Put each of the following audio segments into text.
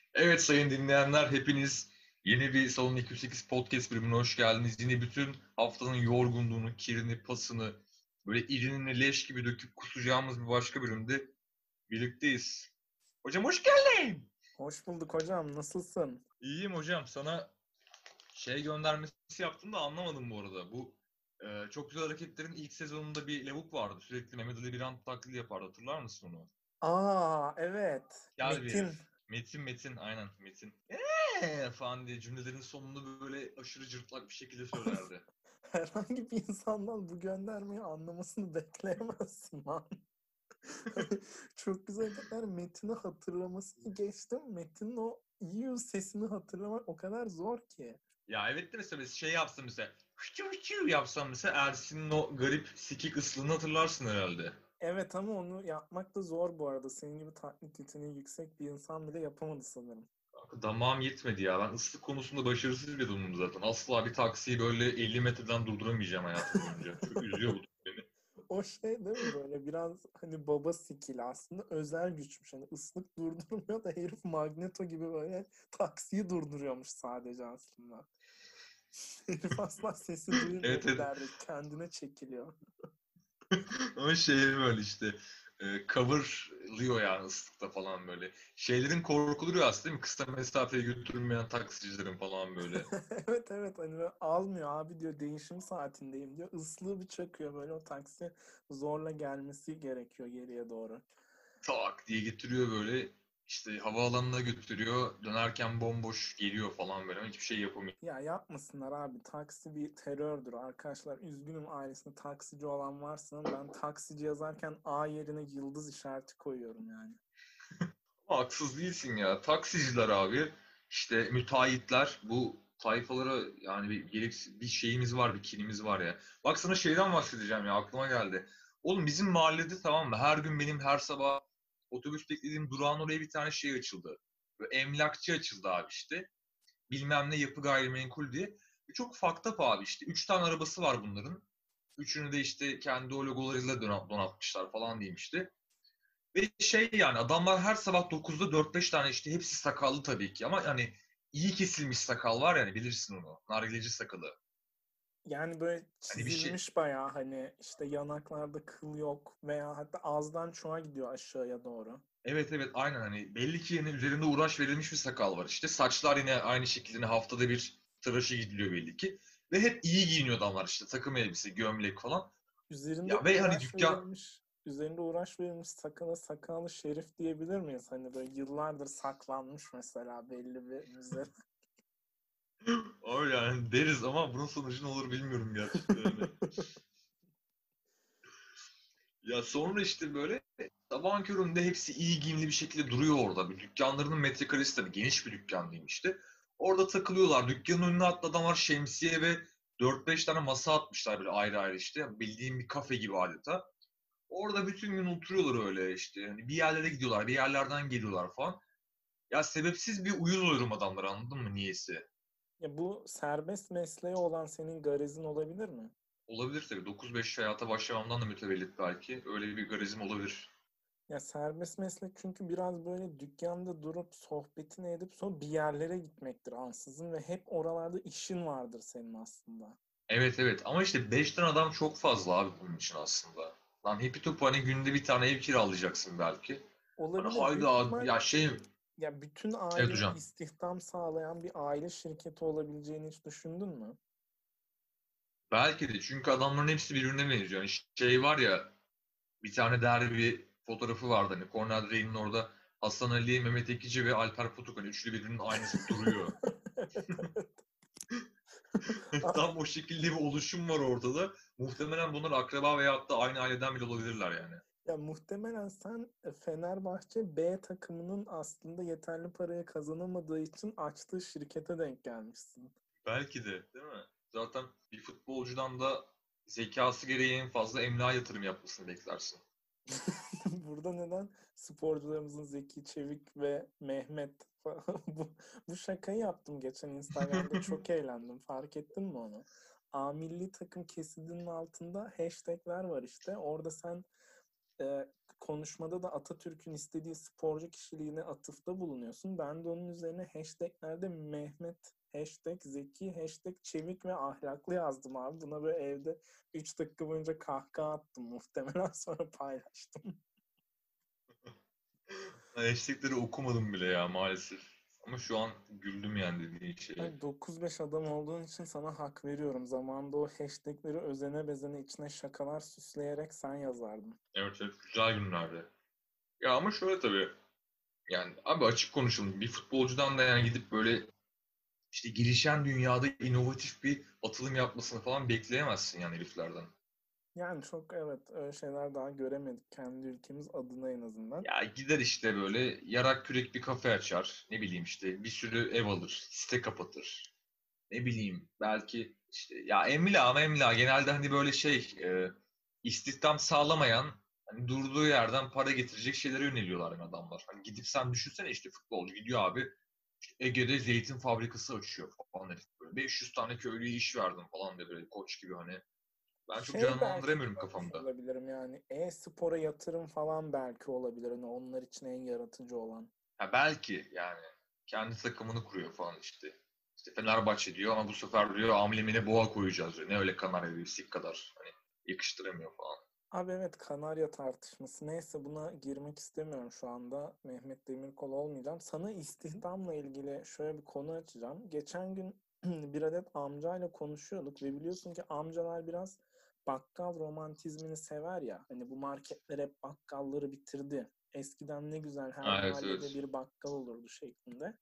Evet sayın dinleyenler hepiniz yeni bir Salon 208 podcast bölümüne hoş geldiniz. Yine bütün haftanın yorgunluğunu, kirini, pasını böyle irinini leş gibi döküp kusacağımız bir başka bölümde birlikteyiz. Hocam hoş geldin. Hoş bulduk hocam. Nasılsın? İyiyim hocam. Sana şey göndermesi yaptım da anlamadım bu arada. Bu çok güzel hareketlerin ilk sezonunda bir lavuk vardı. Sürekli Mehmet Ali Birant taklidi yapardı. Hatırlar mısın onu? Aa, evet. Gel bir Metin. herif. Metin aynen Metin. Falan diye cümlelerin sonunu böyle aşırı cırtlak bir şekilde söylerdi. Herhangi bir insandan bu göndermeyi anlamasını bekleyemezsin lan. Çok güzel hareketler. Metin'i hatırlamasını geçtim. Metin'in o iyi sesini hatırlamak o kadar zor ki. Ya evet de mesela şey yapsam mesela hıçı hıçı yapsam mesela Ersin'in o garip sikik ıslığını hatırlarsın herhalde. Evet ama onu yapmak da zor bu arada. Senin gibi taklit yeteneği yüksek bir insan bile yapamadı sanırım. Damağım yetmedi ya. Ben ıslık konusunda başarısız bir adamım zaten. Asla bir taksiyi böyle 50 metreden durduramayacağım hayatım boyunca. Çok üzüyor bu beni. O şey değil mi böyle biraz hani baba skili aslında özel güçmüş. Hani ıslık durdurmuyor da herif Magneto gibi böyle taksiyi durduruyormuş sadece aslında. Herif asla sesi duymuyor Evet evet. ileride kendine çekiliyor. Ama şey böyle işte coverlıyor yani ıslıkta falan böyle. Şeylerin korkuluyor aslında değil mi? Kısa mesafeye götürülmeyen taksicilerin falan böyle. Evet evet hani böyle almıyor abi diyor değişim saatindeyim diyor. Islığı bir çakıyor böyle o taksi zorla gelmesi gerekiyor geriye doğru. Tak diye getiriyor böyle. İşte havaalanına götürüyor. Dönerken bomboş geliyor falan böyle. Ama hiçbir şey yapamıyor. Ya yapmasınlar abi. Taksi bir terördür arkadaşlar. Üzgünüm ailesinde taksici olan varsa ben taksici yazarken A yerine yıldız işareti koyuyorum yani. Ama haksız değilsin ya. Taksiciler abi işte müteahhitler bu tayfalara yani bir şeyimiz var, bir kinimiz var ya. Bak sana şeyden bahsedeceğim ya aklıma geldi. Oğlum bizim mahallede tamam mı? Her gün benim her sabah otobüs beklediğim durağın oraya bir tane şey açıldı. Böyle emlakçı açıldı abi işte. Bilmem ne yapı gayrimenkul diye. Çok fucked up abi işte. Üç tane arabası var bunların. Üçünü de işte kendi o logolarıyla donatmışlar falan diyeyim işte. Ve şey yani adamlar her sabah 9'da 4-5 tane işte hepsi sakallı tabii ki ama hani iyi kesilmiş sakal var yani bilirsin onu. Nargileci sakalı. Yani böyle Hani bir şey çizilmiş bayağı hani işte yanaklarda kıl yok veya hatta ağızdan çoğa gidiyor aşağıya doğru. evet evet aynen hani belli ki yine üzerinde uğraş verilmiş bir sakal var işte. Saçlar yine aynı şekilde hani haftada bir tıraşı gidiliyor belli ki. Ve hep iyi giyiniyor adamlar işte takım elbise, gömlek falan. Üzerinde Ya ve hani uğraş dükkan verilmiş, üzerinde uğraş verilmiş sakala sakalı şerif diyebilir miyiz? Hani böyle yıllardır saklanmış mesela belli bir müze. öyle yani deriz ama bunun sonucu ne olur bilmiyorum gerçekten. Hani. Ya sonra işte böyle sabahın köründe hepsi iyi giyimli bir şekilde duruyor orada. Bir dükkanlarının metrekaresi tabii geniş bir dükkan diyeyim işte. Orada takılıyorlar. Dükkanın önüne hatta adamlar şemsiye ve 4-5 tane masa atmışlar böyle ayrı ayrı işte. Bildiğim bir kafe gibi adeta. Orada bütün gün oturuyorlar öyle işte. Hani bir yerlere gidiyorlar, bir yerlerden geliyorlar falan. Ya sebepsiz bir uyuz oluyorum adamlara anladın mı niyeyse? Ya bu serbest mesleği olan senin garezin olabilir mi? Olabilir tabii. 9-5 hayata başlamamdan da mütevellit belki. Öyle bir garizim olabilir. Ya serbest meslek çünkü biraz böyle dükkanda durup sohbetini edip sonra bir yerlere gitmektir ansızın ve hep oralarda işin vardır senin aslında. Evet evet ama işte 5 tane adam çok fazla abi bunun için aslında. Lan Happy Top hani günde bir tane ev kiralayacaksın belki. Hani Olabilir büyük hayda ihtimal ya şey ya bütün evet aileye hocam. istihdam sağlayan bir aile şirketi olabileceğini hiç düşündün mü? Belki de çünkü adamların hepsi birbirine benziyor. Hani şey var ya bir tane değerli bir fotoğrafı vardı hani Cornel Drey'nin orada Hasan Ali, Mehmet Ekici ve Alper Potuk hani üçlü birbirinin aynısı duruyor. Evet, evet. Tam o şekilde bir oluşum var ortada. Muhtemelen bunlar akraba veya hatta aynı aileden bile olabilirler yani. Ya muhtemelen sen Fenerbahçe B takımının aslında yeterli paraya kazanamadığı için açtığı şirkete denk gelmişsin. Belki de, değil mi? Zaten bir futbolcudan da zekası gereği en fazla emlak yatırım yapmasını beklersin. Burada neden sporcularımızın Zeki Çevik ve Mehmet bu şakayı yaptım geçen Instagram'da çok eğlendim. Fark ettin mi onu? A milli takım kesidinin altında hashtagler var işte. Orada sen konuşmada da Atatürk'ün istediği sporcu kişiliğine atıfta bulunuyorsun. Ben de onun üzerine hashtaglerde Mehmet, hashtag zeki, hashtag çevik ve ahlaklı yazdım abi. Buna böyle evde 3 dakika boyunca kahkaha attım muhtemelen, sonra paylaştım. Hashtagleri okumadım bile ya maalesef. Ama şu an güldüm yani dediğin şeye. Yani 9-5 adam olduğun için sana hak veriyorum. Zamanında o hashtagleri özene bezene içine şakalar süsleyerek sen yazardın. Evet evet, güzel günlerdi. Ya ama şöyle tabii. Yani abi açık konuşalım. Bir futbolcudan da yani gidip böyle işte girişen dünyada inovatif bir atılım yapmasını falan bekleyemezsin yani heriflerden. Yani çok, evet, öyle şeyler daha göremedik kendi ülkemiz adına en azından. Ya gider işte böyle yarak kürek bir kafe açar. Ne bileyim işte bir sürü ev alır. Site kapatır. Ne bileyim belki işte ya emlak genelde hani böyle istihdam sağlamayan hani durduğu yerden para getirecek şeylere yöneliyorlar yani adamlar. Hani gidip sen düşünsene işte futbolcu gidiyor abi işte Ege'de zeytin fabrikası açıyor falan herif böyle. 500 tane köylüye iş verdim falan diye böyle koç gibi hani. Ben çok Şey belki canlandıramıyorum görmüş kafamda. olabilirim yani. E-spora yatırım falan belki olabilir. Hani onlar için en yaratıcı olan. Ha belki yani kendi takımını kuruyor falan işte. İşte Fenerbahçe diyor ama bu sefer diyor amblemine boğa koyacağız diyor. Ne öyle Kanarya bir sik kadar hani yakıştıramıyor falan. Abi evet, Kanarya tartışması. Neyse, buna girmek istemiyorum şu anda. Mehmet Demirkol olmayacağım. Sana istihdamla ilgili şöyle bir konu açacağım. Geçen gün bir adet amcayla konuşuyorduk ve biliyorsun ki amcalar biraz bakkal romantizmini sever ya. Hani bu marketler hep bakkalları bitirdi. Eskiden ne güzel her Ha, evet mahallede evet. bir bakkal olurdu şeklinde.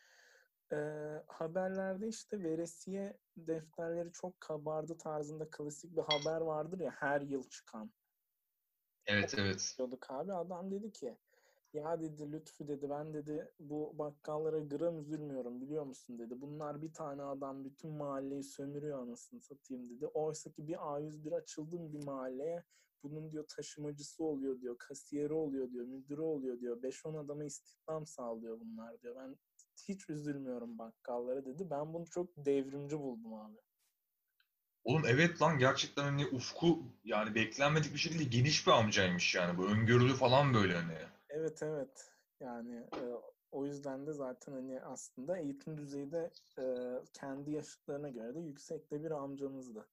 Haberlerde işte veresiye defterleri çok kabardı tarzında klasik bir haber vardır ya, her yıl çıkan. Evet evet. Diyorduk abi. Adam dedi ki, ya dedi Lütfü dedi, ben dedi bu bakkallara gram üzülmüyorum biliyor musun dedi. Bunlar bir tane adam bütün mahalleyi sömürüyor anasını satayım dedi. Oysa ki bir A101 açıldı mı bir mahalleye, bunun diyor taşımacısı oluyor diyor, kasiyeri oluyor diyor, müdürü oluyor diyor. 5-10 adama istihdam sağlıyor bunlar diyor. Ben hiç üzülmüyorum bakkallara dedi. Ben bunu çok devrimci buldum abi. Oğlum evet lan gerçekten hani ufku yani beklenmedik bir şekilde geniş bir amcaymış yani. Bu öngörülü falan böyle hani. Evet, evet. Yani o yüzden de zaten hani aslında eğitim düzeyi de kendi yaşıtlarına göre de yüksekte bir amcamızdı.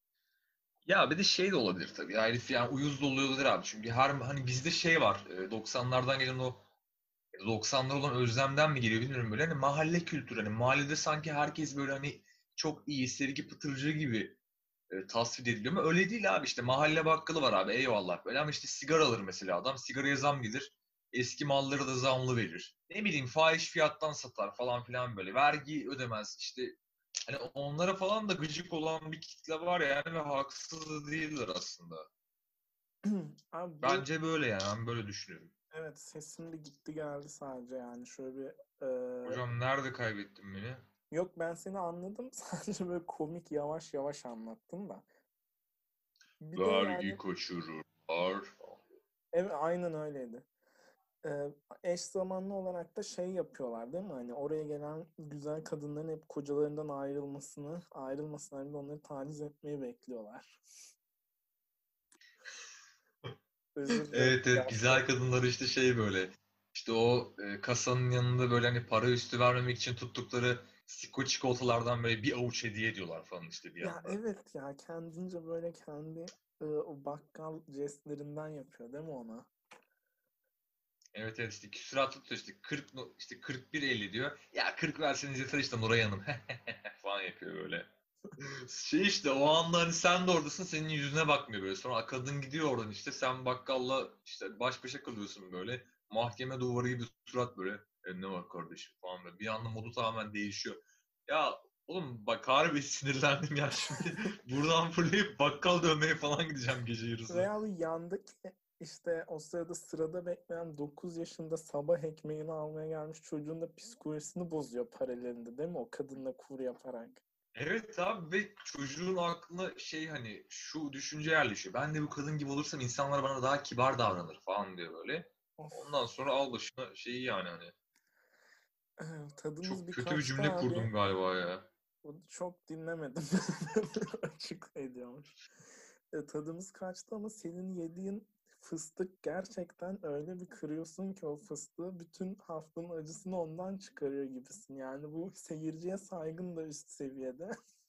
Ya bir de şey de olabilir tabii. Ya herif yani uyuz da oluyordur abi. Çünkü her hani bizde şey var. 90'lardan gelen o 90'lar olan özlemden mi geliyor bilmiyorum böyle. Hani mahalle kültürü. Hani mahallede sanki herkes böyle hani çok iyi, sevgi pıtırcı gibi tasvir ediliyor ama öyle değil abi işte mahalle bakkalı var abi eyvallah böyle ama işte sigara alır mesela adam sigaraya zam gelir eski malları da zamlı verir ne bileyim fahiş fiyattan satar falan filan böyle vergi ödemez işte hani onlara falan da gıcık olan bir kitle var yani ve haksız da değiller aslında. Abi bu, Bence böyle yani ben böyle düşünüyorum. evet, sesim bir gitti geldi sadece, yani şöyle bir Hocam nerede kaybettin beni? yok, ben seni anladım. Sadece böyle komik yavaş yavaş anlattım da. Bir de Vergi yani kaçırırlar. evet, aynen öyleydi. Eş zamanlı olarak da şey yapıyorlar değil mi? Hani oraya gelen güzel kadınların hep kocalarından ayrılmasınlar diye onları taciz etmeyi bekliyorlar. Özür dilerim. Evet evet Yaşlı. güzel kadınları işte şey böyle işte o kasanın yanında böyle hani para üstü vermemek için tuttukları siko çikolatalardan böyle bir avuç hediye ediyorlar falan işte bir Ya anda. evet ya, kendince böyle kendi o bakkal jestlerinden yapıyor değil mi ona? Evet evet işte küsuratlı tutuyor işte 40 işte 41.50 diyor. Ya 40 verseniz yeter işte Nuray Hanım falan yapıyor böyle. Şey işte o anda hani sen de oradasın senin yüzüne bakmıyor böyle. Sonra kadın gidiyor oradan işte sen bakkalla işte baş başa kalıyorsun böyle. Mahkeme duvarı gibi surat böyle. Ne var kardeşim falan böyle. Bir anda modu tamamen değişiyor. Ya oğlum bak harbi sinirlendim ya şimdi. Buradan fırlayıp bakkal dövmeye falan gideceğim gece yarısı. Veya bir yandaki işte o sırada sırada bekleyen 9 yaşında sabah ekmeğini almaya gelmiş çocuğun da psikolojisini bozuyor paralelinde değil mi? O kadınla kur yaparak. Evet abi ve çocuğun aklına şey hani şu düşünce yerleşiyor. Ben de bu kadın gibi olursam insanlar bana daha kibar davranır falan diyor böyle. Of. Ondan sonra al başına şeyi yani hani. Tadımız Çok bir kötü bir kaçtı cümle abi. kurdum galiba ya. Bunu çok dinlemedim. Açık ediyormuş. Tadımız kaçtı ama senin yediğin fıstık gerçekten öyle bir kırıyorsun ki o fıstığı bütün haftanın acısını ondan çıkarıyor gibisin. Yani bu seyirciye saygın da üst seviyede.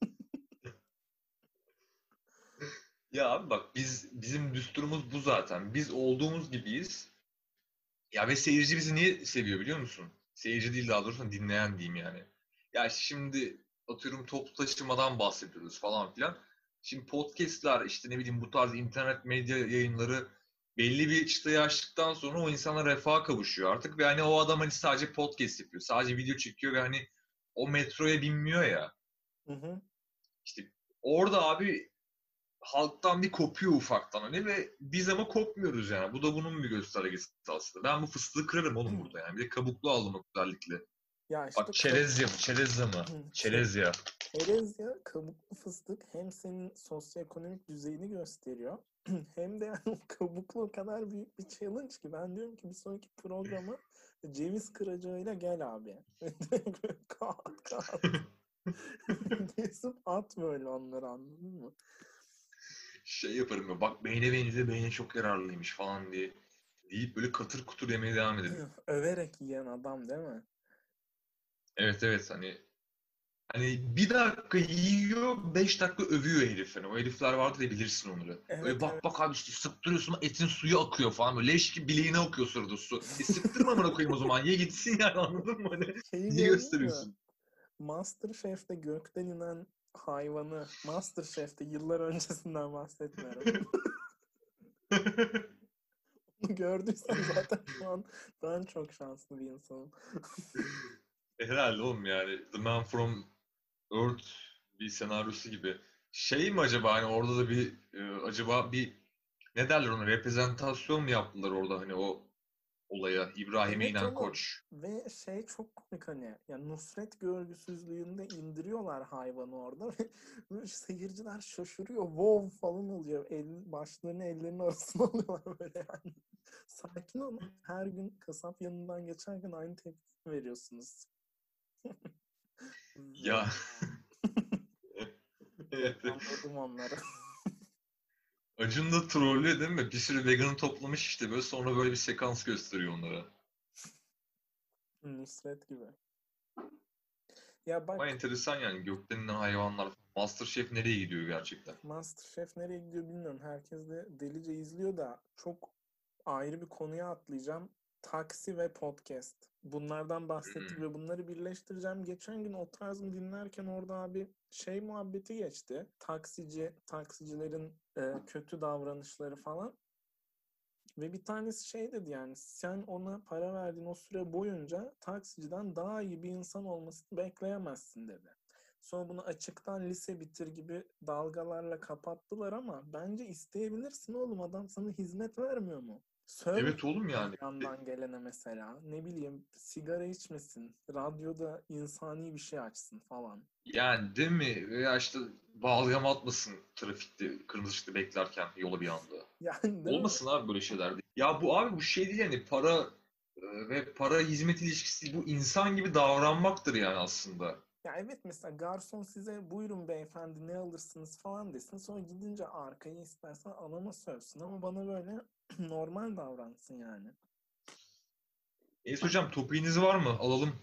Ya abi bak bizim düsturumuz bu zaten. Biz olduğumuz gibiyiz. Ya ve seyirci bizi niye seviyor biliyor musun? Seyirci değil daha doğrusu dinleyen diyeyim yani. Ya şimdi atıyorum toplu taşımadan bahsediyoruz falan filan. Şimdi podcast'ler işte ne bileyim bu tarz internet medya yayınları belli bir çıtayı aştıktan sonra o insana refaha kavuşuyor artık. Ve hani o adam hani sadece podcast yapıyor. Sadece video çekiyor ve hani o metroya binmiyor ya. Hı hı. İşte orada abi halktan bir kopuyor ufaktan hani ve biz ama kopmuyoruz yani. Bu da bunun bir göstergesi aslında. Ben bu fıstığı kırarım oğlum burada yani. Bir de kabuklu aldım özellikle. Ya Bak işte çerezya mı? Çerezya mı? Çerezya. çerezya kabuklu fıstık hem senin sosyoekonomik düzeyini gösteriyor hem de yani o kabuklu o kadar büyük bir challenge ki ben diyorum ki bir sonraki programa ceviz kıracağıyla gel abi. Kat kat. Kesip at böyle onları anladın mı? Şey yaparım ya bak beyne çok yararlıymış falan diye deyip böyle katır kutur yemeye devam ederim. Överek yiyen adam değil mi? Evet evet hani bir dakika yiyor, 5 dakika övüyor herif. Hani o herifler vardır ya bilirsin onları. Öyle Evet, bak evet. bak abi işte sıktırıyorsun etin suyu akıyor falan böyle leş gibi bileğine akıyor sırada su. Sıktırma amına koyayım o zaman ye gitsin yani anladın mı? Hani Şeyi niye gördün mü? gösteriyorsun? MasterChef'te gökten inen hayvanı, MasterChef'te yıllar öncesinden bahsetmiyorum. Onu gördüysen zaten şu an ben çok şanslı bir insanım. Herhalde oğlum yani The Man from Earth bir senaryosu gibi. Şey mi acaba hani orada da bir acaba bir ne derler ona reprezentasyon mu yaptılar orada hani o olaya İbrahim'e Evet inen oğlum. koç. Ve şey çok komik hani ya Nusret görgüsüzlüğünde indiriyorlar hayvanı orada ve böyle seyirciler şaşırıyor. Wow falan oluyor. Başlarını ellerinin arasına alıyorlar böyle yani. Sakin olun. Her gün kasap yanından geçerken aynı tepki veriyorsunuz. Ya Vegan. evet. Veganladım onları. Acun da trollüyor değil mi? Bir sürü veganı toplamış işte böyle sonra böyle bir sekans gösteriyor onlara. Nusret gibi. Ya Ama bak enteresan yani gökten inen hayvanlar. MasterChef nereye gidiyor gerçekten? MasterChef nereye gidiyor bilmiyorum. Herkes de delice izliyor da çok ayrı bir konuya atlayacağım. Taksi ve podcast. Bunlardan bahsettik Hmm. ve bunları birleştireceğim. Geçen gün o tarz mı dinlerken orada abi şey muhabbeti geçti. Taksicilerin kötü davranışları falan. Ve bir tanesi şey dedi yani sen ona para verdiğin o süre boyunca taksiciden daha iyi bir insan olmasını bekleyemezsin dedi. Sonra bunu açıktan lise bitir gibi dalgalarla kapattılar ama bence isteyebilirsin oğlum adam sana hizmet vermiyor mu? Evet oğlum Sövmesin yani. yandan gelene mesela. Ne bileyim sigara içmesin. Radyoda insani bir şey açsın falan. Yani değil mi? Veya işte balgam atmasın trafikte kırmızı ışıkta beklerken yola bir anda. Yani değil mi? Olmasın abi böyle şeyler. Ya bu abi bu şey değil yani para ve para hizmet ilişkisi değil. Bu insan gibi davranmaktır yani aslında. Ya evet mesela garson size buyurun beyefendi ne alırsınız falan desin. Sonra gidince arkayı istersen anama sövsün ama bana böyle normal davransın yani. Neyse hocam topiğiniz var mı? Alalım.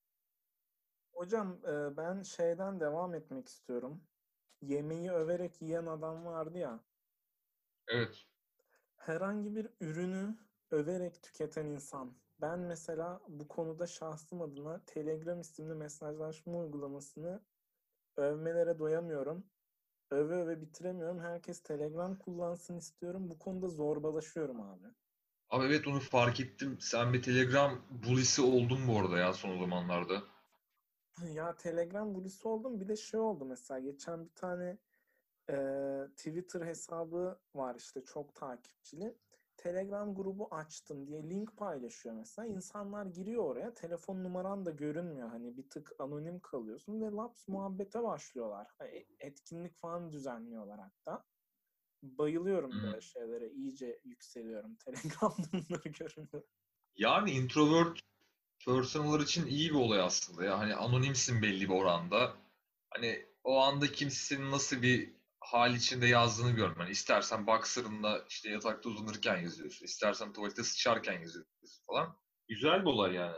Hocam ben şeyden devam etmek istiyorum. Yemeği överek yiyen adam vardı ya. Evet. Herhangi bir ürünü överek tüketen insan. Ben mesela bu konuda şahsım adına Telegram isimli mesajlaşma uygulamasını övmelere doyamıyorum. Öve öve bitiremiyorum. Herkes Telegram kullansın istiyorum. Bu konuda zorbalaşıyorum abi. Abi evet onu fark ettim. Sen bir Telegram bulisi oldun bu arada ya son zamanlarda. Ya Telegram bulisi oldum. Bir de şey oldu mesela. Geçen bir tane Twitter hesabı var işte çok takipçili. Telegram grubu açtım diye link paylaşıyor mesela. İnsanlar giriyor oraya. Telefon numaran da görünmüyor. Hani bir tık anonim kalıyorsun ve laps muhabbete başlıyorlar. Etkinlik falan düzenliyorlar hatta. Bayılıyorum Hmm. böyle şeylere. İyice yükseliyorum. Telegram'da bunları görünüyor. Yani introvert personalar için iyi bir olay aslında ya. Hani anonimsin belli bir oranda. Hani o anda kimse senin nasıl bir hal içinde yazdığını görüyorum. Yani istersen boxer'ınla işte yatakta uzanırken yazıyorsun. İstersen tuvalete sıçarken yazıyorsun falan. Güzel bir olay yani.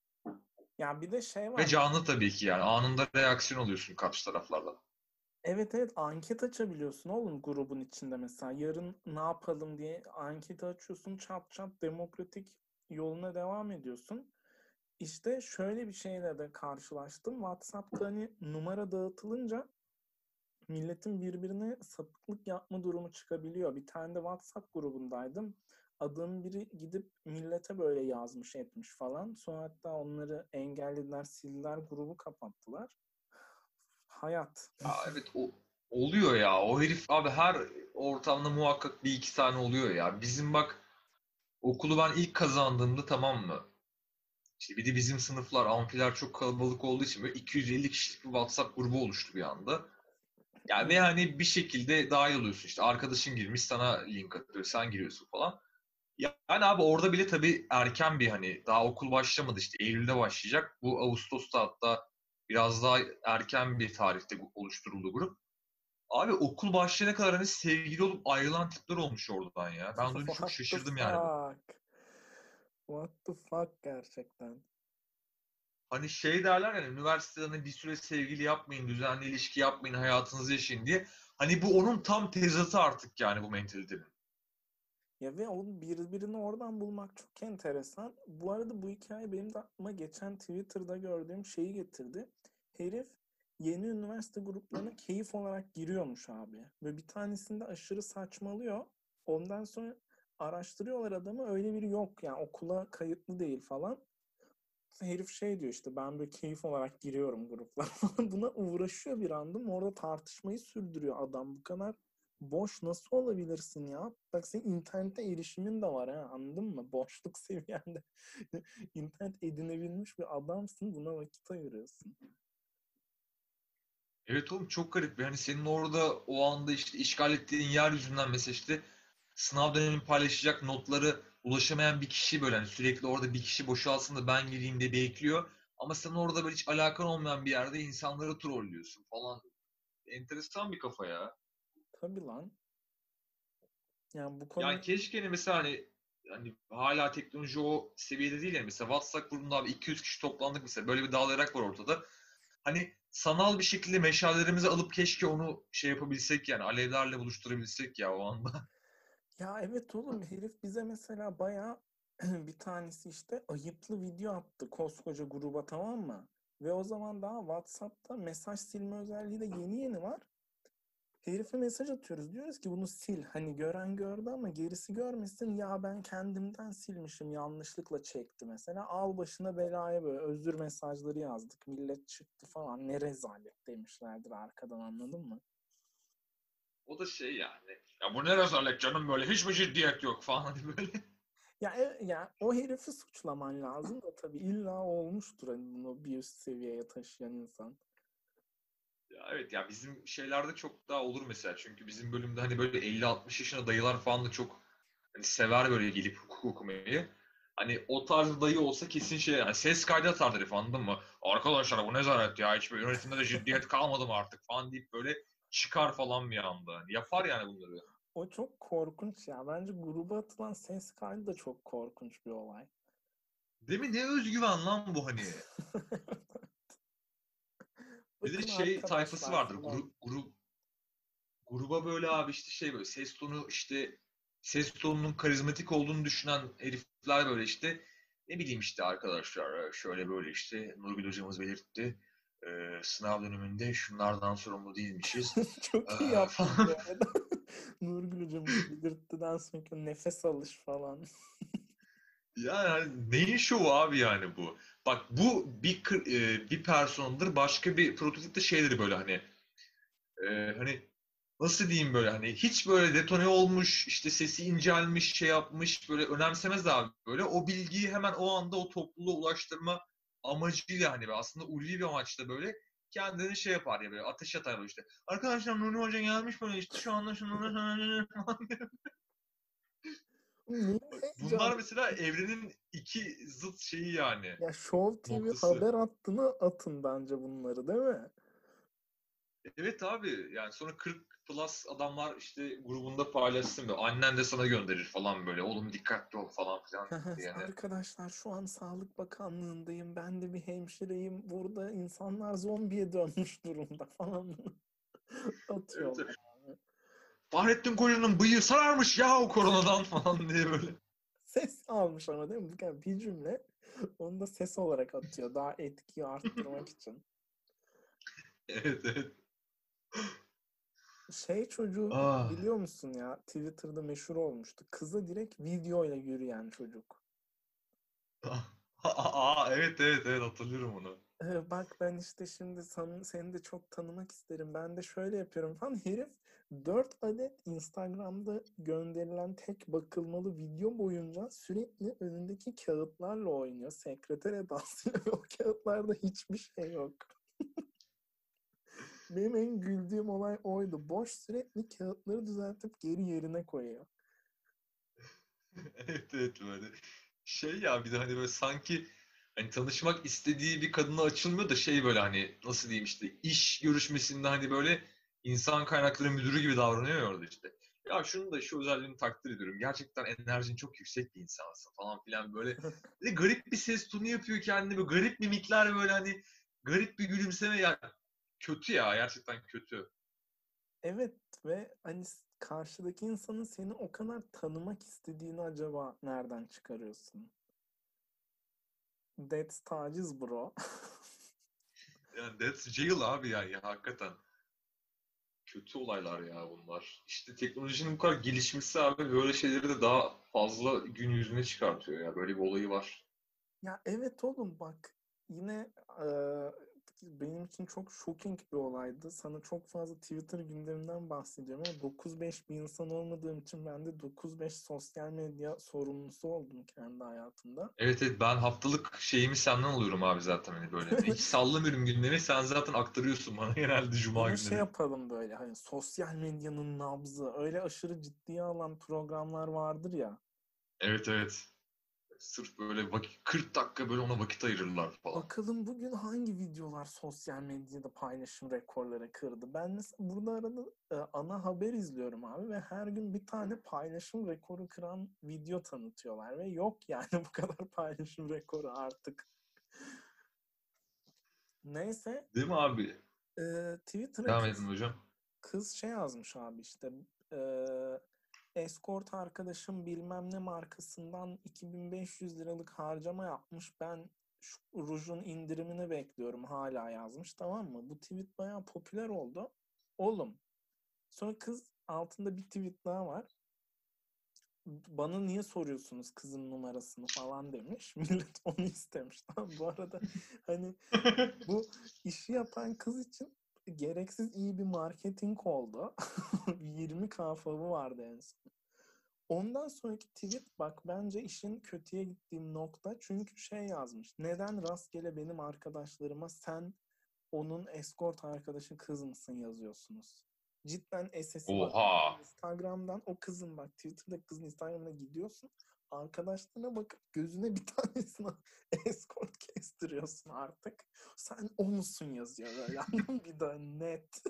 Ya bir de şey Ve var. canlı tabii ki yani. Anında reaksiyon alıyorsun karşı taraflardan. Evet, evet, anket açabiliyorsun oğlum grubun içinde mesela. Yarın ne yapalım diye anket açıyorsun, çat çat demokratik yoluna devam ediyorsun. İşte şöyle bir şeyle de karşılaştım. WhatsApp'ta hani numara dağıtılınca milletin birbirine sapıklık yapma durumu çıkabiliyor. Bir tane de WhatsApp grubundaydım. Adamın biri gidip millete böyle yazmış etmiş falan. Sonra hatta onları engellediler, sildiler, grubu kapattılar. Hayat. Ya evet o oluyor ya. O herif abi her ortamda muhakkak bir iki tane oluyor ya. Bizim bak okulu ben ilk kazandığımda tamam mı? İşte bir de bizim sınıflar, amfiler çok kalabalık olduğu için böyle 250 kişilik bir WhatsApp grubu oluştu bir anda. Yani ve hani bir şekilde dahil oluyorsun işte. Arkadaşın girmiş sana link atıyor, sen giriyorsun falan. Yani abi orada bile tabii erken bir hani daha okul başlamadı işte Eylül'de başlayacak. Bu Ağustos'ta hatta biraz daha erken bir tarihte oluşturuldu grup. Abi okul başlayana kadar hani sevgili olup ayrılan tipler olmuş oradan ya. Ben dün çok What the şaşırdım yani bu. fuck? What the fuck gerçekten? Hani şey derler yani üniversitede hani bir süre sevgili yapmayın, düzenli ilişki yapmayın, hayatınızı yaşayın diye. Hani bu onun tam tezatı artık yani bu mentalitenin. Ya ve onu birbirini oradan bulmak çok enteresan. Bu arada bu hikaye benim de aklıma geçen Twitter'da gördüğüm şeyi getirdi. Herif yeni üniversite gruplarına keyif olarak giriyormuş abi. Ve bir tanesinde aşırı saçmalıyor. Ondan sonra araştırıyorlar adamı, öyle biri yok yani, okula kayıtlı değil falan. Herif şey diyor işte, ben böyle keyif olarak giriyorum gruplara falan. Buna uğraşıyor bir anda. Orada tartışmayı sürdürüyor adam. Bu kadar boş nasıl olabilirsin ya? Bak, senin internete erişimin de var ha, anladın mı? Boşluk seviyende internet edinebilmiş bir adamsın. Buna vakit ayırıyorsun. Evet oğlum çok garip. Yani senin orada o anda işte işgal ettiğin yer yüzünden mesela işte sınav dönemi paylaşacak notları ulaşamayan bir kişi böyle hani sürekli orada bir kişi boşalsın da ben gireyim diye bekliyor. Ama sen orada böyle hiç alakan olmayan bir yerde insanları trollüyorsun falan. Enteresan bir kafa ya. Tabii lan. Yani bu Yani konuda keşke hani mesela hani hala teknoloji o seviyede değil yani mesela WhatsApp grubunda abi 200 kişi toplandık mesela böyle bir dağılarak var ortada. Hani sanal bir şekilde meşalelerimizi alıp keşke onu şey yapabilsek yani alevlerle buluşturabilsek ya o anda. ya evet oğlum, herif bize mesela bayağı bir tanesi işte ayıplı video attı koskoca gruba, tamam mı? Ve o zaman daha WhatsApp'ta mesaj silme özelliği de yeni yeni var. Herife mesaj atıyoruz. Diyoruz ki bunu sil. Hani gören gördü ama gerisi görmesin. Ya ben kendimden silmişim. Yanlışlıkla çekti mesela. Al başına belaya, böyle özür mesajları yazdık. Millet çıktı falan. Ne rezalet demişlerdir arkadan, anladın mı? O da şey yani. Ya bu ne rezalet canım böyle hiç mi ciddiyet yok falan hani böyle. Ya, ya o herifi suçlaman lazım da tabii illa olmuştur hani bunu bir üst seviyeye taşıyan insan. Ya evet ya bizim şeylerde çok daha olur mesela çünkü bizim bölümde hani böyle 50-60 yaşında dayılar falan da çok hani sever böyle gelip hukuk okumayı. Hani o tarz dayı olsa kesin şey yani ses kaydı atardı herif anladın mı? Arkadaşlar bu nezaret ya hiçbir yönetimde de ciddiyet kalmadı mı artık falan deyip böyle çıkar falan bir anda. Hani yapar yani bunları. O çok korkunç ya. Bence gruba atılan ses kaydı da çok korkunç bir olay. Değil mi? Ne özgüven lan bu hani. Bir de Bakın şey tayfası arkadaşlar vardır. falan. Gruba böyle abi işte şey böyle ses tonu işte ses tonunun karizmatik olduğunu düşünen herifler böyle işte ne bileyim işte arkadaşlar şöyle böyle işte Nurgül hocamız belirtti. Sınav döneminde şunlardan sorumlu değilmişiz. Çok iyi yaptın Falan. bu arada. Nurgül hocamız belirttiden sonra nefes alış falan. Yani hani neyin şovu abi yani bu? Bak bu bir personeldir başka bir prototip de şeyleri böyle hani nasıl diyeyim böyle hani hiç böyle detone olmuş işte sesi incelmiş şey yapmış böyle önemsemez abi böyle o bilgiyi hemen o anda o topluluğa ulaştırma amacıyla hani aslında ulvi bir amaçla böyle kendini şey yapar ya böyle ateş atar böyle işte arkadaşlar Nuri Hoca gelmiş böyle işte şu anda şunu falan. Neyin Bak, bunlar heyecanı? mesela evrenin iki zıt şeyi yani Ya Show TV noktası. haber hattına atın bence bunları, değil mi? Evet abi yani sonra 40 Plus adamlar işte grubunda paylaşsın böyle. Annen de sana gönderir falan böyle. Oğlum dikkatli ol falan filan diye yani. Arkadaşlar şu an Sağlık Bakanlığındayım. Ben de bir hemşireyim. Burada insanlar zombiye dönmüş durumda falan Evet, atıyorlar evet. abi. Fahrettin Koca'nın bıyığı sararmış ya o koronadan falan diye böyle. Ses almış ama değil mi? Bir cümle. Onu da ses olarak atıyor. Daha etkiyi arttırmak için. Evet, evet. Şey çocuğu Ah. biliyor musun ya? Twitter'da meşhur olmuştu. Kıza direkt videoyla yürüyen çocuk. Evet, evet, evet, hatırlıyorum onu. Bak ben işte şimdi seni de çok tanımak isterim. Ben de şöyle yapıyorum falan. Herif 4 adet Instagram'da gönderilen tek bakılmalı video boyunca sürekli önündeki kağıtlarla oynuyor. Sekreter edasıyla ve o kağıtlarda hiçbir şey yok. Benim en güldüğüm olay oydu. Boş sürekli kağıtları düzeltip geri yerine koyuyor. Evet, evet, böyle. Şey ya bir de hani böyle sanki hani tanışmak istediği bir kadına açılmıyor da şey böyle hani nasıl diyeyim işte iş görüşmesinde hani böyle insan kaynakları müdürü gibi davranıyor ya orada işte. Ya şunu da şu özelliğini takdir ediyorum. Gerçekten enerjin çok yüksek bir insansın falan filan böyle. Bir de garip bir ses tonu yapıyor kendine böyle garip mimikler böyle hani garip bir gülümseme ya. Kötü ya gerçekten kötü. Evet ve hani karşıdaki insanın seni o kadar tanımak istediğini acaba nereden çıkarıyorsun? That's taciz bro. Yani that's jail abi ya hakikaten. Kötü olaylar ya bunlar. İşte teknolojinin bu kadar gelişmesi abi böyle şeyleri de daha fazla gün yüzüne çıkartıyor ya. Böyle bir olayı var. Ya evet oğlum bak yine benim için çok shocking bir olaydı. Sana çok fazla Twitter gündeminden bahsediyorum ama 9-5 bir insan olmadığım için ben de 9-5 sosyal medya sorumlusu oldum kendi hayatımda. Evet, evet, ben haftalık şeyimi senden alıyorum abi zaten hani böyle. Hiç sallamıyorum gündemi sen zaten aktarıyorsun bana genelde cuma Bunu şey günleri. yapalım böyle hani sosyal medyanın nabzı öyle aşırı ciddiye alan programlar vardır ya. Evet, evet. Sırf böyle vakit 40 dakika böyle ona vakit ayırırlar falan. Bakalım bugün hangi videolar sosyal medyada paylaşım rekorları kırdı. Ben mesela burada arada ana haber izliyorum abi ve her gün bir tane paylaşım rekoru kıran video tanıtıyorlar ve yok yani bu kadar paylaşım rekoru artık. Neyse Değil mi abi? Twitter'a Devam edin hocam. kız şey yazmış abi işte e, escort arkadaşım bilmem ne markasından 2500 liralık harcama yapmış. Ben şu rujun indirimini bekliyorum hala yazmış tamam mı? Bu tweet bayağı popüler oldu. Oğlum. Sonra kız altında bir tweet daha var. Bana niye soruyorsunuz kızın numarasını falan demiş. Millet onu istemiş. Tamam, bu arada hani bu işi yapan kız için gereksiz iyi bir marketing oldu. 20K favı vardı en son. Ondan sonraki tweet bak bence işin kötüye gittiğim nokta. Çünkü şey yazmış. Neden rastgele benim arkadaşlarıma sen onun escort arkadaşı kız mısın yazıyorsunuz. Cidden SS'i var. Oha. Instagram'dan o kızın bak Twitter'da kızın Instagram'ına gidiyorsun. Arkadaşlarına bakıp gözüne bir tanesine escort kestiriyorsun artık. Sen o musun yazıyor böyle anladın mı? Bir daha net.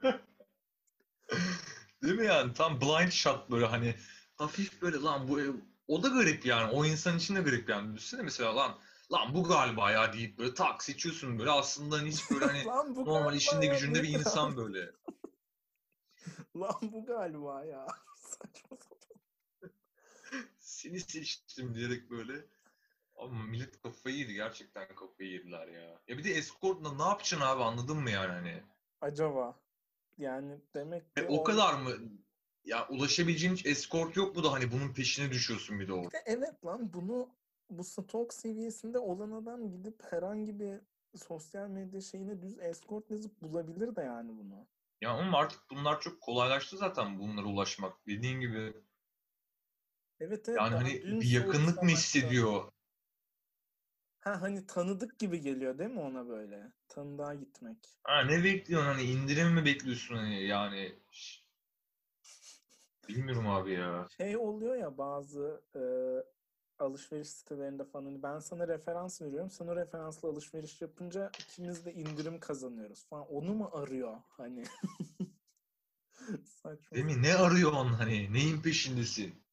Değil mi yani? Tam blind shot böyle hani hafif böyle lan bu o da garip yani. O insan için de garip yani. Düşünsene mesela lan bu galiba ya deyip böyle tak seçiyorsun böyle aslında hani hiç böyle hani Lan bu normal galiba işinde ya gücünde bir nedir abi? insan böyle. Lan bu galiba ya. Saçma sapan. Seni seçtim diyerek böyle. Ama millet kafayı yedi gerçekten kafayı yediler ya. Ya bir de escort'la ne yapacaksın abi anladın mı yani hani? Acaba yani demek ki O orada kadar mı? Ya ulaşabileceğin hiç escort yok mu da hani bunun peşine düşüyorsun bir de bir orada. de evet lan bunu bu stalk seviyesinde olan adam gidip herhangi bir sosyal medya şeyine düz escort yazıp bulabilir de yani bunu. Ya ama artık bunlar çok kolaylaştı zaten bunlara ulaşmak. Dediğin gibi Evet evet yani daha hani dün bir yakınlık mı soruşan hatta. hissediyor? Ha hani tanıdık gibi geliyor değil mi ona böyle? Tanıdığa gitmek. Ha, ne bekliyorsun hani indirim mi bekliyorsun hani yani bilmiyorum abi ya. Şey oluyor ya bazı alışveriş sitelerinde falan hani ben sana referans veriyorum. Sen o referansla alışveriş yapınca ikimiz de indirim kazanıyoruz falan. Onu mu arıyor hani? Saçma. Değil mi? Ne arıyorsun hani? Neyin peşindesin?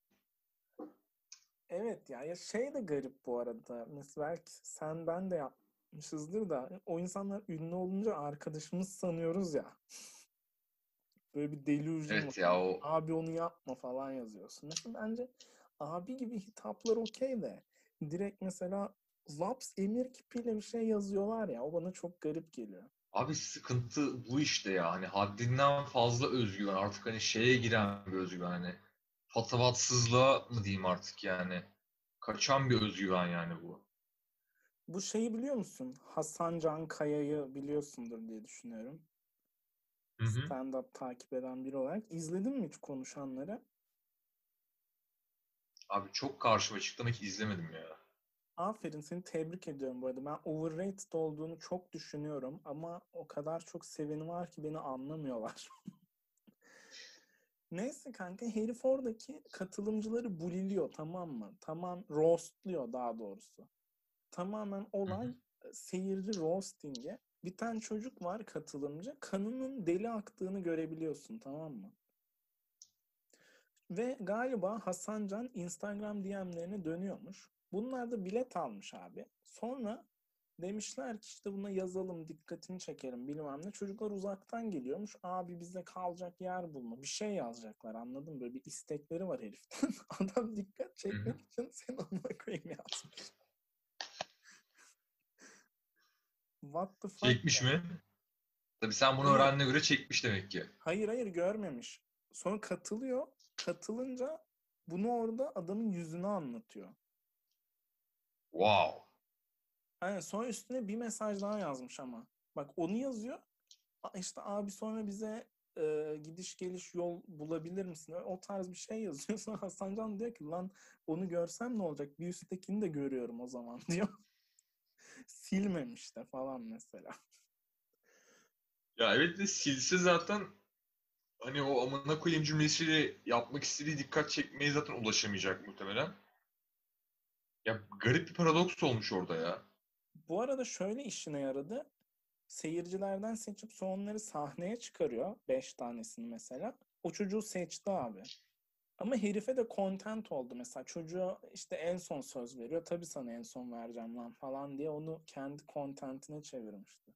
Evet ya, ya şey de garip bu arada. Mesela belki sen ben de yapmışızdır da o insanlar ünlü olunca arkadaşımız sanıyoruz ya. Böyle bir delusion var. Evet ya o Abi onu yapma falan yazıyorsun. Mesela bence abi gibi hitaplar okey de direkt mesela Laps emir kipiyle bir şey yazıyorlar ya, o bana çok garip geliyor. abi sıkıntı bu işte ya. Hani haddinden fazla özgüven. Artık hani şeye giren bir özgüven hani. Patavatsızlığa mı diyeyim artık yani. Kaçan bir özgüven yani bu. Bu şeyi biliyor musun? Hasan Can Kaya'yı biliyorsundur diye düşünüyorum. Hı hı. Stand-up takip eden biri olarak. İzledin mi hiç konuşanları? Abi çok karşıma çıktı ama hiç izlemedim ya. Aferin, seni tebrik ediyorum bu arada. Ben overrated olduğunu çok düşünüyorum ama o kadar çok seveni var ki beni anlamıyorlar. Neyse kanka, herif oradaki katılımcıları buliliyor, tamam mı? Tamam, roastluyor daha doğrusu. Tamamen Hı hı. olay seyirci roasting'e. Bir tane çocuk var katılımcı. Kanının deli aktığını görebiliyorsun, tamam mı? Ve galiba Hasancan Instagram DM'lerine dönüyormuş. Bunlar da bilet almış abi. Sonra demişler ki işte buna yazalım, dikkatini çekelim bilmem ne. Çocuklar uzaktan geliyormuş. Abi bize kalacak yer bulma. Bir şey yazacaklar, anladın mı? Böyle bir istekleri var heriften. Adam dikkat Hı hı. çekmek için sen amına koyayım yazmış. What the fuck Çekmiş ya? mi? Tabii sen bunu Hayır. öğrendiğine göre çekmiş demek ki. Hayır görmemiş. Sonra katılıyor. Katılınca bunu orada adamın yüzüne anlatıyor. Wow. Aynen, sonra üstüne bir mesaj daha yazmış ama. Bak onu yazıyor. İşte abi sonra bize gidiş geliş yol bulabilir misin? O tarz bir şey yazıyor. Sonra Hasan Can diyor ki lan onu görsem ne olacak? Bir üsttekini de görüyorum o zaman diyor. Silmemiş de falan mesela. Ya evet de silse zaten hani o amına koyayım cümlesiyle yapmak istediği dikkat çekmeye zaten ulaşamayacak muhtemelen. Ya garip bir paradoks olmuş orada ya. Bu arada şöyle işine yaradı. Seyircilerden seçip sonları sahneye çıkarıyor. 5 tanesini mesela. O çocuğu seçti abi. Ama herife de content oldu mesela. Çocuğa işte en son söz veriyor. Tabii sana en son vereceğim lan falan diye onu kendi contentine çevirmişti.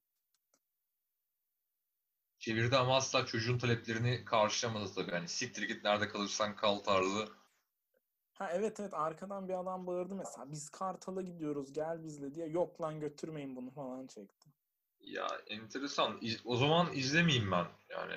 Çevirdi ama asla çocuğun taleplerini karşılamadı tabii. Hani siktir git nerede kalırsan kal tarzı. Ha evet arkadan bir adam bağırdı mesela. Biz Kartal'a gidiyoruz gel bizle diye. Yok lan götürmeyin bunu falan çekti. Ya enteresan. O zaman izlemeyeyim ben yani.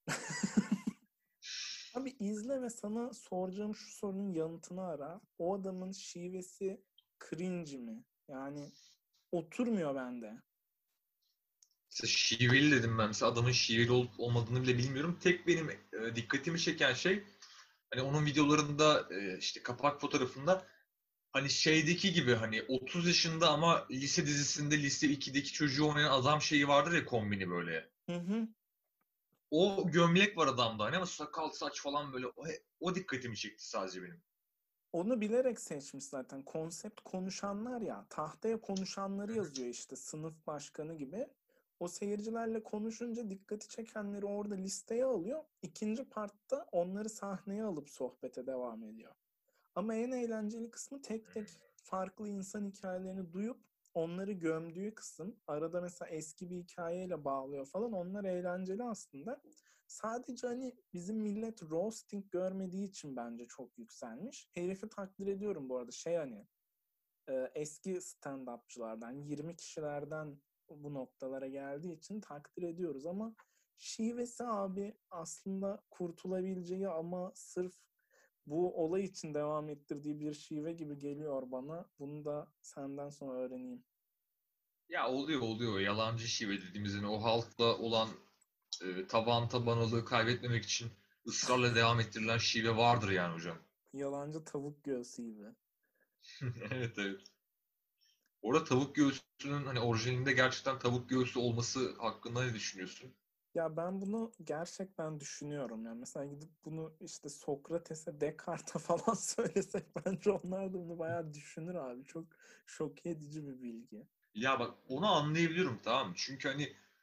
Abi izle ve sana soracağım şu sorunun yanıtını ara. O adamın şivesi cringe mi? Yani oturmuyor bende. Mesela şiveli dedim ben. Mesela adamın şiveli olup olmadığını bile bilmiyorum. Tek benim dikkatimi çeken şey hani onun videolarında işte kapak fotoğrafında hani şeydeki gibi hani 30 yaşında ama lise dizisinde lise 2'deki çocuğu oynayan adam şeyi vardır ya kombini böyle. Hı hı. O gömlek var adamda hani ama sakal saç falan böyle o dikkatimi çekti sadece benim. Onu bilerek seçmiş zaten. Konsept konuşanlar ya. Tahtaya konuşanları yazıyor işte, sınıf başkanı gibi. O seyircilerle konuşunca dikkati çekenleri orada listeye alıyor. İkinci partta onları sahneye alıp sohbete devam ediyor. Ama en eğlenceli kısmı tek tek farklı insan hikayelerini duyup onları gömdüğü kısım. Arada mesela eski bir hikayeyle bağlıyor falan. Onlar eğlenceli aslında. Sadece hani bizim millet roasting görmediği için bence çok yükselmiş. Herifi takdir ediyorum bu arada. Şey hani eski stand-upçılardan 20 kişilerden bu noktalara geldiği için takdir ediyoruz ama şivesi abi aslında kurtulabileceği ama sırf bu olay için devam ettirdiği bir şive gibi geliyor bana. Bunu da senden sonra öğreneyim. Ya oluyor yalancı şive dediğimizin o halkla olan taban tabanalığı kaybetmemek için ısrarla devam ettirilen şive vardır yani hocam. Yalancı tavuk göğsü gibi. Evet evet. Orada tavuk göğsünün hani orijinalinde gerçekten tavuk göğsü olması hakkında ne düşünüyorsun? Ya ben bunu gerçekten düşünüyorum. Yani mesela gidip bunu işte Sokrates'e, Descartes'e falan söylesek bence onlar da bunu bayağı düşünür abi. Çok şok edici bir bilgi. Ya bak onu anlayabiliyorum tamam mı? Çünkü hani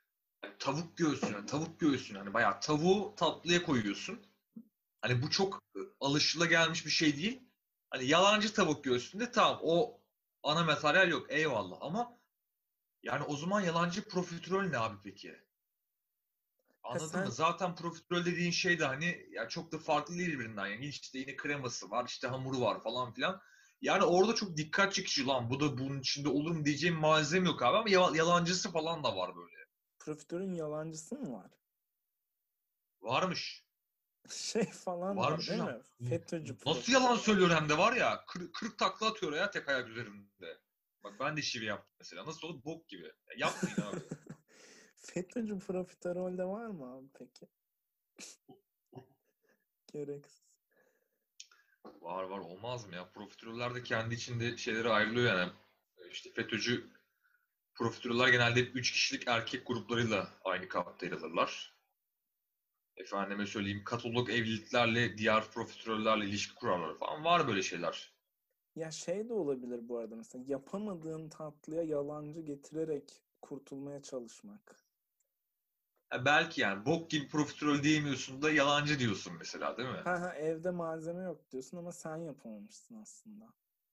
tavuk göğsüne, tavuk göğsüne hani bayağı tavuğu tatlıya koyuyorsun. Hani bu çok alışılagelmiş bir şey değil. Hani yalancı tavuk göğsünde tamam o ana materyal yok eyvallah ama yani o zaman yalancı profiterol ne abi peki? Ha Anladın mı? sen Zaten profiterol dediğin şey de hani ya çok da farklı değil birbirinden. Yani işte yine kreması var, işte hamuru var falan filan. Yani orada çok dikkat çekici lan bu da bunun içinde olur mu diyeceğim malzeme yok abi ama yalancısı falan da var böyle. profiterolün yalancısı mı var? Varmış. Şey falan var Varmış değil hocam. mi? FETÖ'cü Nasıl yalan profiterol. söylüyor hem de var ya 40 takla atıyor ya tek ayak üzerinde. Bak ben de şive yaptım mesela. Nasıl olur? Bok gibi. Ya yapmayın abi. FETÖ'cü profiterol de var mı abi peki? Gereksiz. Var var olmaz mı ya? Profiteroller de kendi içinde şeyleri ayrılıyor yani. İşte FETÖ'cü profiteroller genelde hep 3 kişilik erkek gruplarıyla aynı kapta yer alırlar. Efendime söyleyeyim katolog evliliklerle diğer profiterollerle ilişki kurarlar falan. Var böyle şeyler. Ya şey de olabilir bu arada, mesela yapamadığın tatlıya yalancı getirerek kurtulmaya çalışmak. Belki yani bok gibi profiterol diyemiyorsun da yalancı diyorsun mesela değil mi? Ha ha, evde malzeme yok diyorsun ama sen yapamamışsın aslında.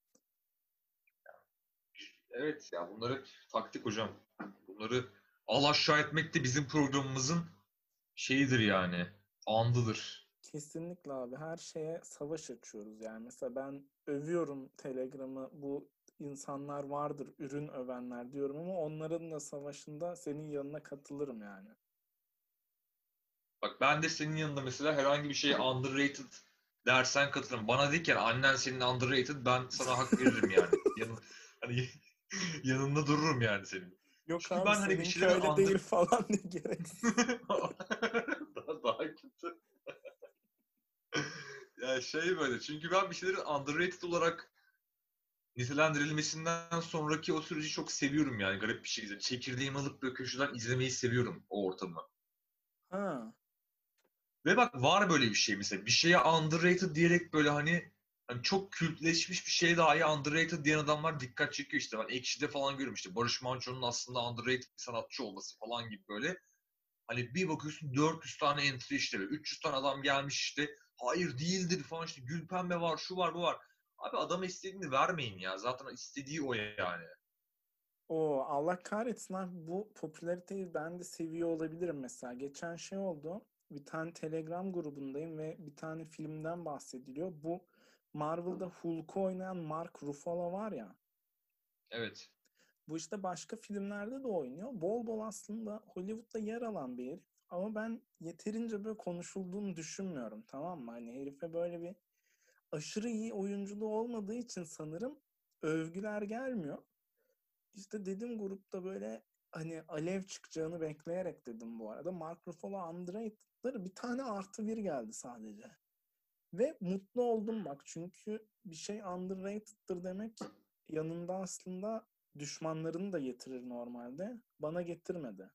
Evet ya bunlar hep taktik hocam. Bunları alaşağı etmek de bizim programımızın şeyidir yani. Andıdır. Kesinlikle abi, her şeye savaş açıyoruz yani. Mesela ben övüyorum Telegram'ı, bu insanlar vardır ürün övenler diyorum ama onların da savaşında senin yanına katılırım yani. Bak ben de senin yanında mesela herhangi bir şeye underrated dersen katılırım. Bana de ki annen senin underrated ben sana hak veririm yani. Hani yanında dururum yani senin. Yok Çünkü abi ben hani bir seninki şeylerin öyle değil falan diye gereksiz. daha kötü. Ya şey böyle çünkü ben bir şeylerin underrated olarak nitelendirilmesinden sonraki o süreci çok seviyorum yani garip bir şekilde. Çekirdeğimi alıp böyle köşeden izlemeyi seviyorum o ortamı. Ha. Ve bak var böyle bir şey mesela. Bir şeye underrated diyerek böyle hani çok kültleşmiş bir şeye dahi underrated diyen adamlar dikkat çekiyor işte. Ben Ekşi'de falan görüyorum işte Barış Manço'nun aslında underrated bir sanatçı olması falan gibi böyle. Hani bir bakıyorsun 400 tane entry işte 300 tane adam gelmiş işte hayır değildir falan işte Gülpembe var şu var bu var. Abi adama istediğini vermeyin ya. Zaten istediği o yani. O Allah kahretsin abi, bu popülariteyi ben de seviyor olabilirim mesela. Geçen şey oldu. Bir tane Telegram grubundayım ve bir tane filmden bahsediliyor. Bu Marvel'da Hulk'u oynayan Mark Ruffalo var ya. Evet. Bu işte başka filmlerde de oynuyor. Bol bol aslında Hollywood'da yer alan bir herif. Ama ben yeterince böyle konuşulduğunu düşünmüyorum, tamam mı? Hani herife böyle bir aşırı iyi oyunculuğu olmadığı için sanırım övgüler gelmiyor. İşte dedim grupta böyle hani alev çıkacağını bekleyerek dedim bu arada. Mark Ruffalo underrated'dır. Bir tane artı bir geldi sadece. Ve mutlu oldum bak. Çünkü bir şey underrated'dır demek yanında aslında düşmanlarını da getirir normalde. Bana getirmedi.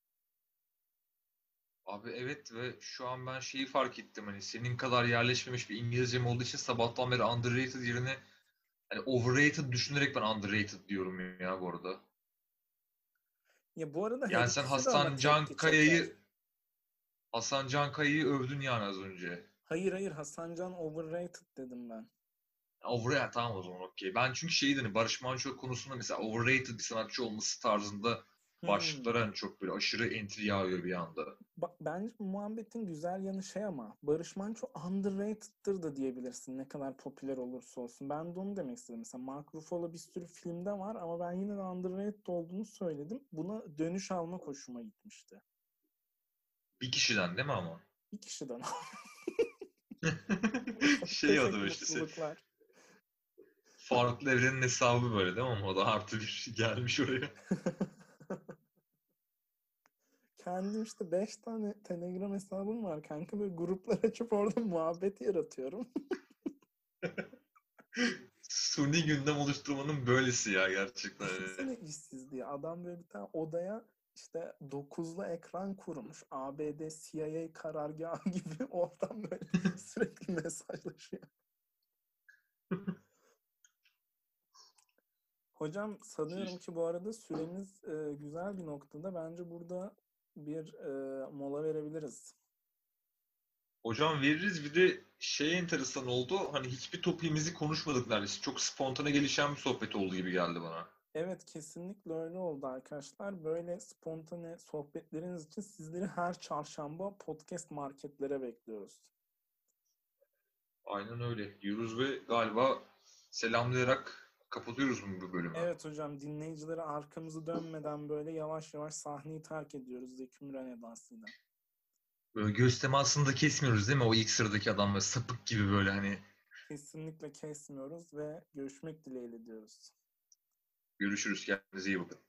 Abi evet ve şu an ben şeyi fark ettim hani senin kadar yerleşmemiş bir İngilizcem olduğu için sabahtan beri underrated yerine hani overrated düşünerek ben underrated diyorum ya bu arada. Ya bu arada her Yani sen ikisi de ama tepki çeker. Hasan Can Kaya'yı övdün yani az önce. Hayır hayır, Hasan Can overrated dedim ben. Overrated tamam o zaman okey. Ben çünkü şeydi hani Barış Manço konusunda mesela overrated bir sanatçı olması tarzında başlıklara Hmm. hani çok böyle aşırı entry yağıyor bir anda. Bence bu muhabbetin güzel yanı şey, ama Barış Manço underrated'tır da diyebilirsin ne kadar popüler olursa olsun. Ben de onu demek istedim. Mesela Mark Ruffalo bir sürü filmde var ama ben yine de underrated olduğunu söyledim. Buna dönüş almak hoşuma gitmişti. Bir kişiden değil mi ama? Bir kişiden. Ufak Şey tefek adı işte mutluluklar. farklı evrenin hesabı böyle değil mi? Ama o da artı bir gelmiş oraya. Kendim işte 5 tane Telegram hesabım var kanka. Böyle gruplar açıp orada muhabbet yaratıyorum. Suni gündem oluşturmanın böylesi ya gerçekten. Düşünsene işsizliği. Adam böyle bir tane odaya işte dokuzlu ekran kurmuş. ABD CIA karargahı gibi oradan böyle sürekli mesajlaşıyor. Hocam sanıyorum ki bu arada süremiz güzel bir noktada. Bence burada bir mola verebiliriz. Hocam veririz. Bir de şey enteresan oldu. Hani hiçbir topimizi konuşmadık neredeyse. Çok spontane gelişen bir sohbet oldu gibi geldi bana. Evet, kesinlikle öyle oldu arkadaşlar. Böyle spontane sohbetleriniz için sizleri her çarşamba podcast marketlere bekliyoruz. Aynen öyle diyoruz ve galiba selamlayarak kapatıyoruz bu bölümü. Evet hocam, dinleyicilere arkamızı dönmeden böyle yavaş yavaş sahneyi terk ediyoruz Zeki Müren edasıyla. Böyle göz temasını da kesmiyoruz değil mi? O ilk sıradaki adam böyle sapık gibi böyle hani. Kesinlikle kesmiyoruz ve görüşmek dileğiyle diyoruz. Görüşürüz. Kendinize iyi bakın.